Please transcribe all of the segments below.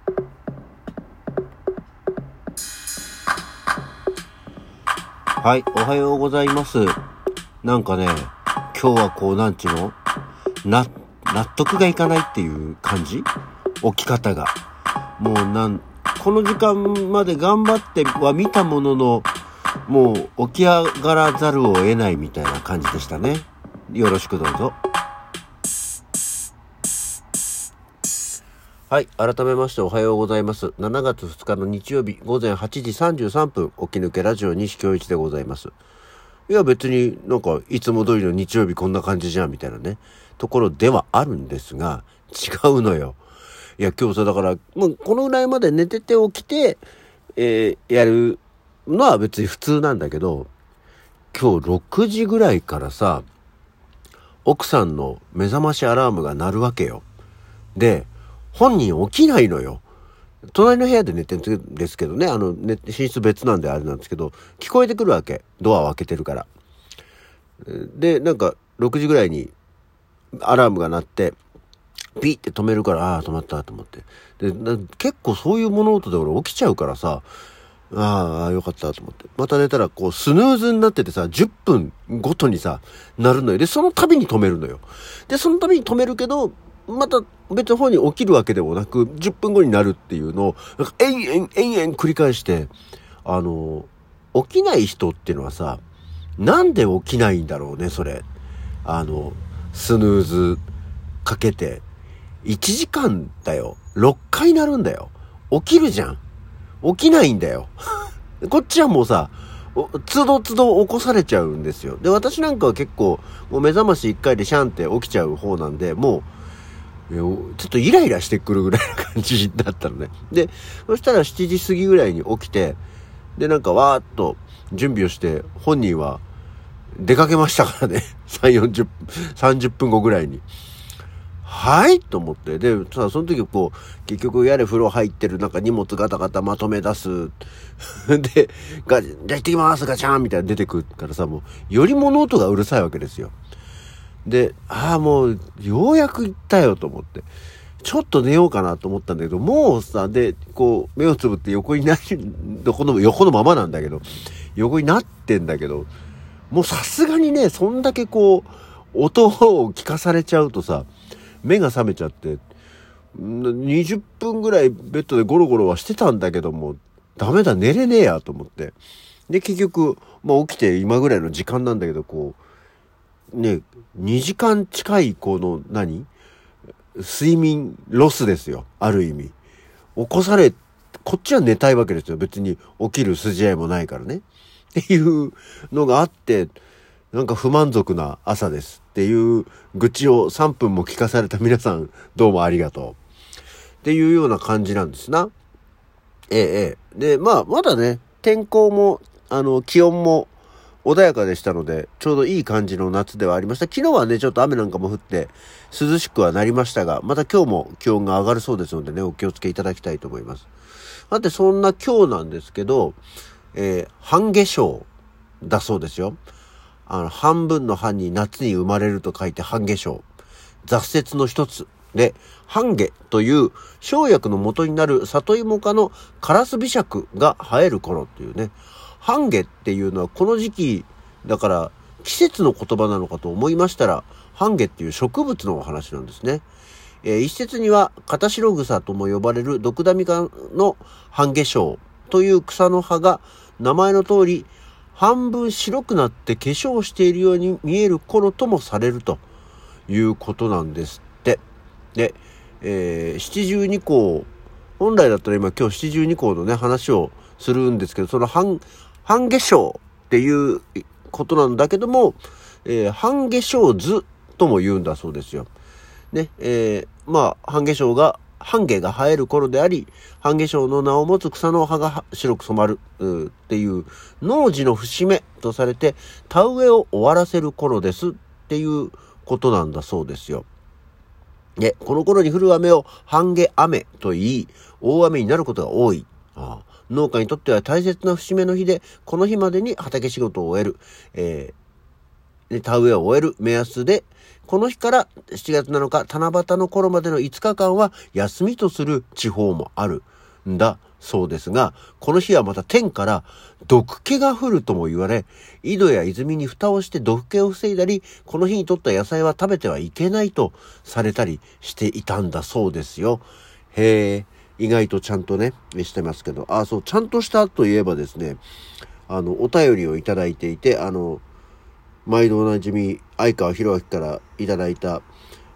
はい、おはようございます。なんかね、今日はこう、なんちゅうの納得がいかないっていう感じ？起き方が。もうこの時間まで頑張っては見たものの、もう起き上がらざるを得ないみたいな感じでしたね。よろしくどうぞ。はい、改めましておはようございます。7月2日の日曜日午前8時33分、起き抜けラジオ西京一でございます。いや別になんかいつも通りの日曜日こんな感じじゃんみたいなね、ところではあるんですが、違うのよ。いや今日さ、だからもうこのぐらいまで寝てて起きて、やるのは別に普通なんだけど、今日6時ぐらいからさ、奥さんの目覚ましアラームが鳴るわけよ。で、本人起きないのよ。隣の部屋で寝てるんですけどね、寝室別なんであれなんですけど、聞こえてくるわけ。ドアを開けてるから。で、なんか6時ぐらいにアラームが鳴って、ピッて止めるから、止まったと思って。で、結構そういう物音で俺起きちゃうからさ、よかったと思って。また寝たらこうスヌーズになっててさ、10分ごとにさ、鳴るのよ。で、その度に止めるのよ。で、その度に止めるけど、また別の方に起きるわけでもなく、10分後になるっていうのを、なんか延々繰り返して、起きない人っていうのはさ、なんで起きないんだろうね、それ。スヌーズかけて、1時間だよ。6回鳴るんだよ。起きるじゃん。起きないんだよ。こっちはもうさ、つどつど起こされちゃうんですよ。で、私なんかは結構、もう目覚まし1回でシャンって起きちゃう方なんで、もう、ちょっとイライラしてくるぐらいな感じだったのね。で、そしたら7時過ぎぐらいに起きて、で、なんかわーっと準備をして、本人は出かけましたからね。30分後ぐらいに。はいと思って。で、さ、その時こう、結局やれ風呂入ってるなんか荷物ガタガタまとめ出す。で、じゃあ行ってきますガチャンみたいな出てくるからさ、もう、より物音がうるさいわけですよ。で、もう、ようやく行ったよと思って。ちょっと寝ようかなと思ったんだけど、もうさ、で、こう、目をつぶって横に横のままなんだけど、横になってんだけど、もうさすがにね、そんだけこう、音を聞かされちゃうとさ、目が覚めちゃって、20分ぐらいベッドでゴロゴロはしてたんだけども、ダメだ、寝れねえやと思って。で、結局、起きて今ぐらいの時間なんだけど、こう、ね、2時間近いこの睡眠ロスですよ。ある意味。こっちは寝たいわけですよ。別に起きる筋合いもないからね。っていうのがあって、なんか不満足な朝ですっていう愚痴を3分も聞かされた皆さん、どうもありがとう。っていうような感じなんですな。で、まだね、天候も、気温も穏やかでしたので、ちょうどいい感じの夏ではありました。昨日はね、ちょっと雨なんかも降って、涼しくはなりましたが、また今日も気温が上がるそうですのでね、お気をつけいただきたいと思います。さて、そんな今日なんですけど、半夏生だそうですよ。半分の半に夏に生まれると書いて半夏生。雑説の一つで、半夏という生薬の元になる里芋科のカラスビシャクが生える頃っていうね。半夏っていうのはこの時期だから季節の言葉なのかと思いましたら、半夏っていう植物のお話なんですね。一説には片白草とも呼ばれるドクダミ科の半夏生という草の葉が名前の通り半分白くなって化粧しているように見える頃ともされるということなんですって。で、七十二候、本来だったら今日七十二候のね話をするんですけど、その半夏生っていうことなんだけども、半夏生図とも言うんだそうですよ。ね、半夏生が半夏が生える頃であり、半夏生の名を持つ草の葉が白く染まるっていう農事の節目とされて、田植えを終わらせる頃ですっていうことなんだそうですよ。で、この頃に降る雨を半夏雨と言い、大雨になることが多い。農家にとっては大切な節目の日で、この日までに畑仕事を終える。 田植えを終える目安で、この日から7月7日、七夕の頃までの5日間は休みとする地方もあるんだそうですが、この日はまた天から毒気が降るとも言われ、井戸や泉に蓋をして毒気を防いだり、この日に取った野菜は食べてはいけないとされたりしていたんだそうですよ。へえ、意外とちゃんとね、してますけど、そう、ちゃんとしたといえばですね、お便りをいただいていて、毎度おなじみ相川博明からいただいた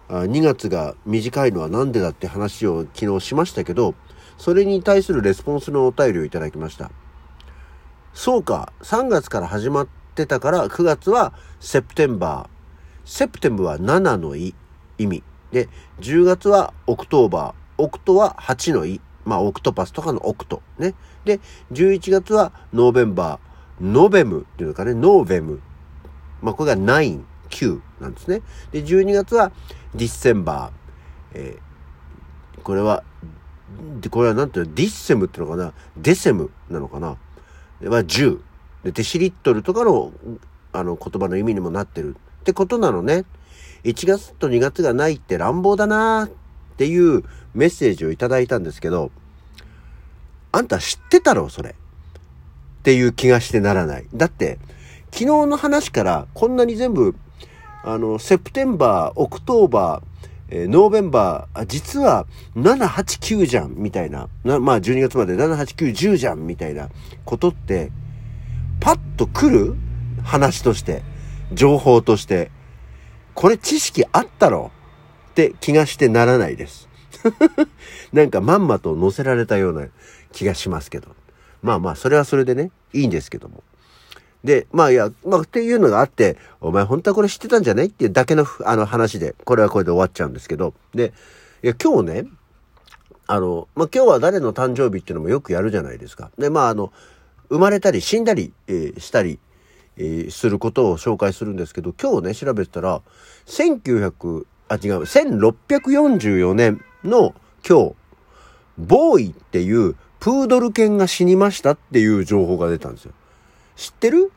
2月が短いのはなんでだって話を昨日しましたけど、それに対するレスポンスのお便りをいただきました。そうか、3月から始まってたから9月はセプテンバー。セプテンブは7の意味で、10月はオクトーバー。オクトは8の意。オクトパスとかのオクトね。で、11月はノーベンバー。ノベムっていうのかね、ノーベム。これが9、9なんですね。で、12月はディッセンバー。これはなんていうの、ディッセムっていうのかな、デセムなのかな。は10。で、デシリットルとかの、言葉の意味にもなってるってことなのね。1月と2月がないって乱暴だなっていうメッセージをいただいたんですけど、あんた知ってたろそれっていう気がしてならない。だって昨日の話からこんなに全部セプテンバー、オクトーバー、ノーベンバー、実は7、8、9じゃんみたいな、12月まで7、8、9、10じゃんみたいなことってパッと来る話として、情報として、これ知識あったろって気がしてならないです。なんかまんまと乗せられたような気がしますけど。それはそれでね、いいんですけども。で、っていうのがあって、お前本当はこれ知ってたんじゃないっていうだけの話で、これはこれで終わっちゃうんですけど。で、今日ね、今日は誰の誕生日っていうのもよくやるじゃないですか。で、生まれたり死んだり、したり、することを紹介するんですけど、今日ね、調べてたら、1644年の今日、ボーイっていうプードル犬が死にましたっていう情報が出たんですよ。知ってる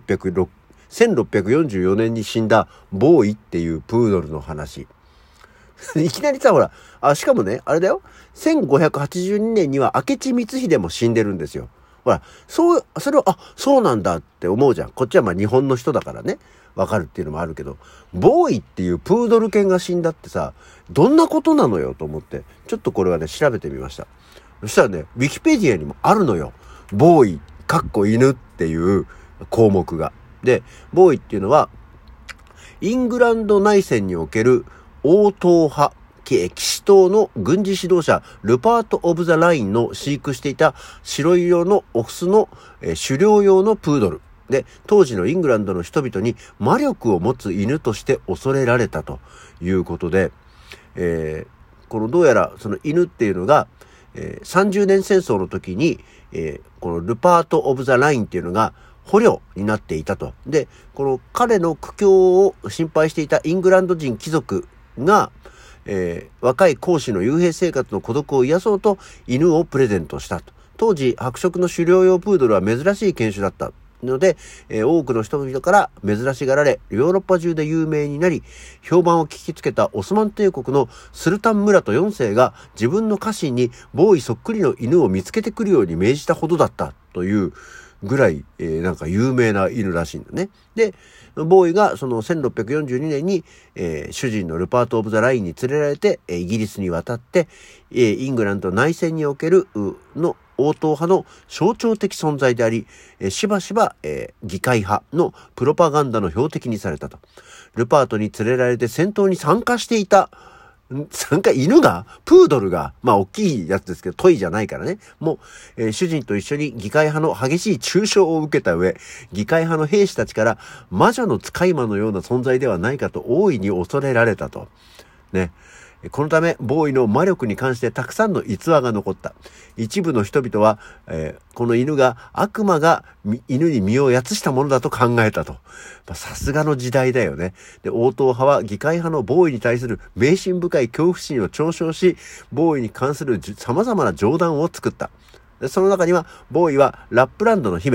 ?1644 年に死んだボーイっていうプードルの話。いきなりさ、ほら、しかもね、あれだよ。1582年には明智光秀も死んでるんですよ。ほら、それを、そうなんだって思うじゃん。こっちは日本の人だからね、わかるっていうのもあるけど、ボーイっていうプードル犬が死んだってさ、どんなことなのよと思って、ちょっとこれはね、調べてみました。そしたらね、ウィキペディアにもあるのよ。ボーイ、犬っていう項目が。で、ボーイっていうのは、イングランド内戦における王党派、騎士党の軍事指導者ルパート・オブ・ザ・ラインの飼育していた白色のオスの狩猟用のプードルで、当時のイングランドの人々に魔力を持つ犬として恐れられたということで、このどうやらその犬っていうのが、30年戦争の時に、このルパート・オブ・ザ・ラインっていうのが捕虜になっていたと。で、この彼の苦境を心配していたイングランド人貴族が、若い公使の幽閉生活の孤独を癒そうと犬をプレゼントしたと。当時白色の狩猟用プードルは珍しい犬種だったので、多くの人々から珍しがられ、ヨーロッパ中で有名になり、評判を聞きつけたオスマン帝国のスルタンムラト4世が自分の家臣にボーイそっくりの犬を見つけてくるように命じたほどだったというぐらい、なんか有名な犬らしいんだね。で、ボーイがその1642年に、主人のルパート・オブ・ザ・ラインに連れられて、イギリスに渡って、イングランド内戦におけるの王党派の象徴的存在であり、しばしば、議会派のプロパガンダの標的にされたと。ルパートに連れられて戦闘に参加していた犬がプードルが、大きいやつですけど、トイじゃないからね。もう、主人と一緒に議会派の激しい中傷を受けた上、議会派の兵士たちから魔女の使い魔のような存在ではないかと大いに恐れられたと。ね。このため、ボーイの魔力に関してたくさんの逸話が残った。一部の人々は、この犬が悪魔が犬に身をやつしたものだと考えたと。さすがの時代だよね。で、王党派は議会派のボーイに対する迷信深い恐怖心を嘲笑し、ボーイに関する様々な冗談を作った。でその中には、ボーイはラップランドの姫、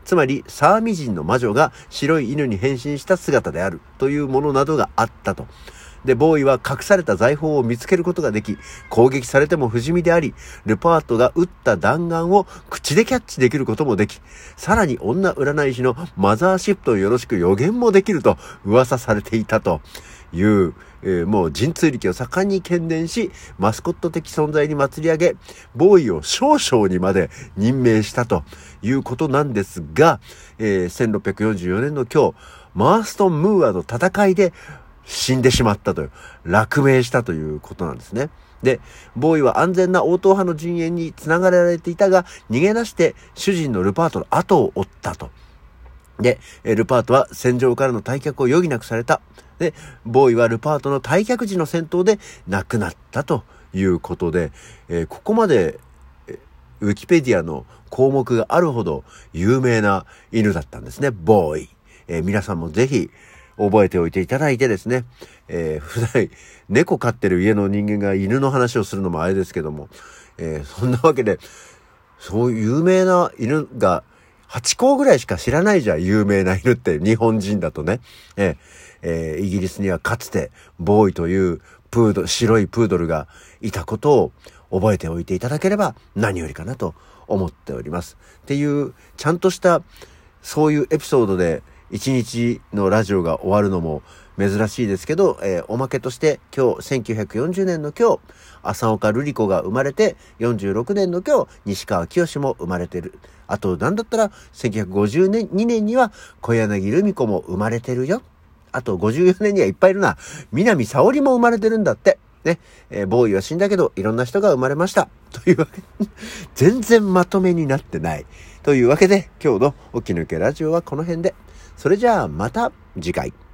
つまりサーミ人の魔女が白い犬に変身した姿であるというものなどがあったと。で、ボーイは隠された財宝を見つけることができ、攻撃されても不死身であり、ルパートが撃った弾丸を口でキャッチできることもでき、さらに女占い師のマザーシップとよろしく予言もできると噂されていたという、もう神通力を盛んに喧伝し、マスコット的存在に祭り上げ、ボーイを少将にまで任命したということなんですが、1644年の今日、マーストン・ムーアの戦いで死んでしまったという、落命したということなんですね。で、ボーイは安全な応答派の陣営に繋がられていたが、逃げ出して主人のルパートの後を追ったと。で、ルパートは戦場からの退却を余儀なくされた。で、ボーイはルパートの退却時の戦闘で亡くなったということで、ここまでウィキペディアの項目があるほど有名な犬だったんですね、ボーイ。皆さんもぜひ覚えておいていただいてですね、普段猫飼ってる家の人間が犬の話をするのもあれですけども、そんなわけで、そういう有名な犬が8頭ぐらいしか知らないじゃん、有名な犬って日本人だとね。イギリスにはかつてボーイという白いプードルがいたことを覚えておいていただければ何よりかなと思っております。っていうちゃんとしたそういうエピソードで一日のラジオが終わるのも珍しいですけど、おまけとして今日1940年の今日、浅岡瑠璃子が生まれて、46年の今日、西川きよしも生まれてる。あと、なんだったら1952年には小柳ルミ子も生まれてるよ。あと54年にはいっぱいいるな。南沙織も生まれてるんだって。ね。ボーイは死んだけど、いろんな人が生まれました。というわけで、全然まとめになってない。というわけで、今日の起き抜けラジオはこの辺で。それじゃあまた次回。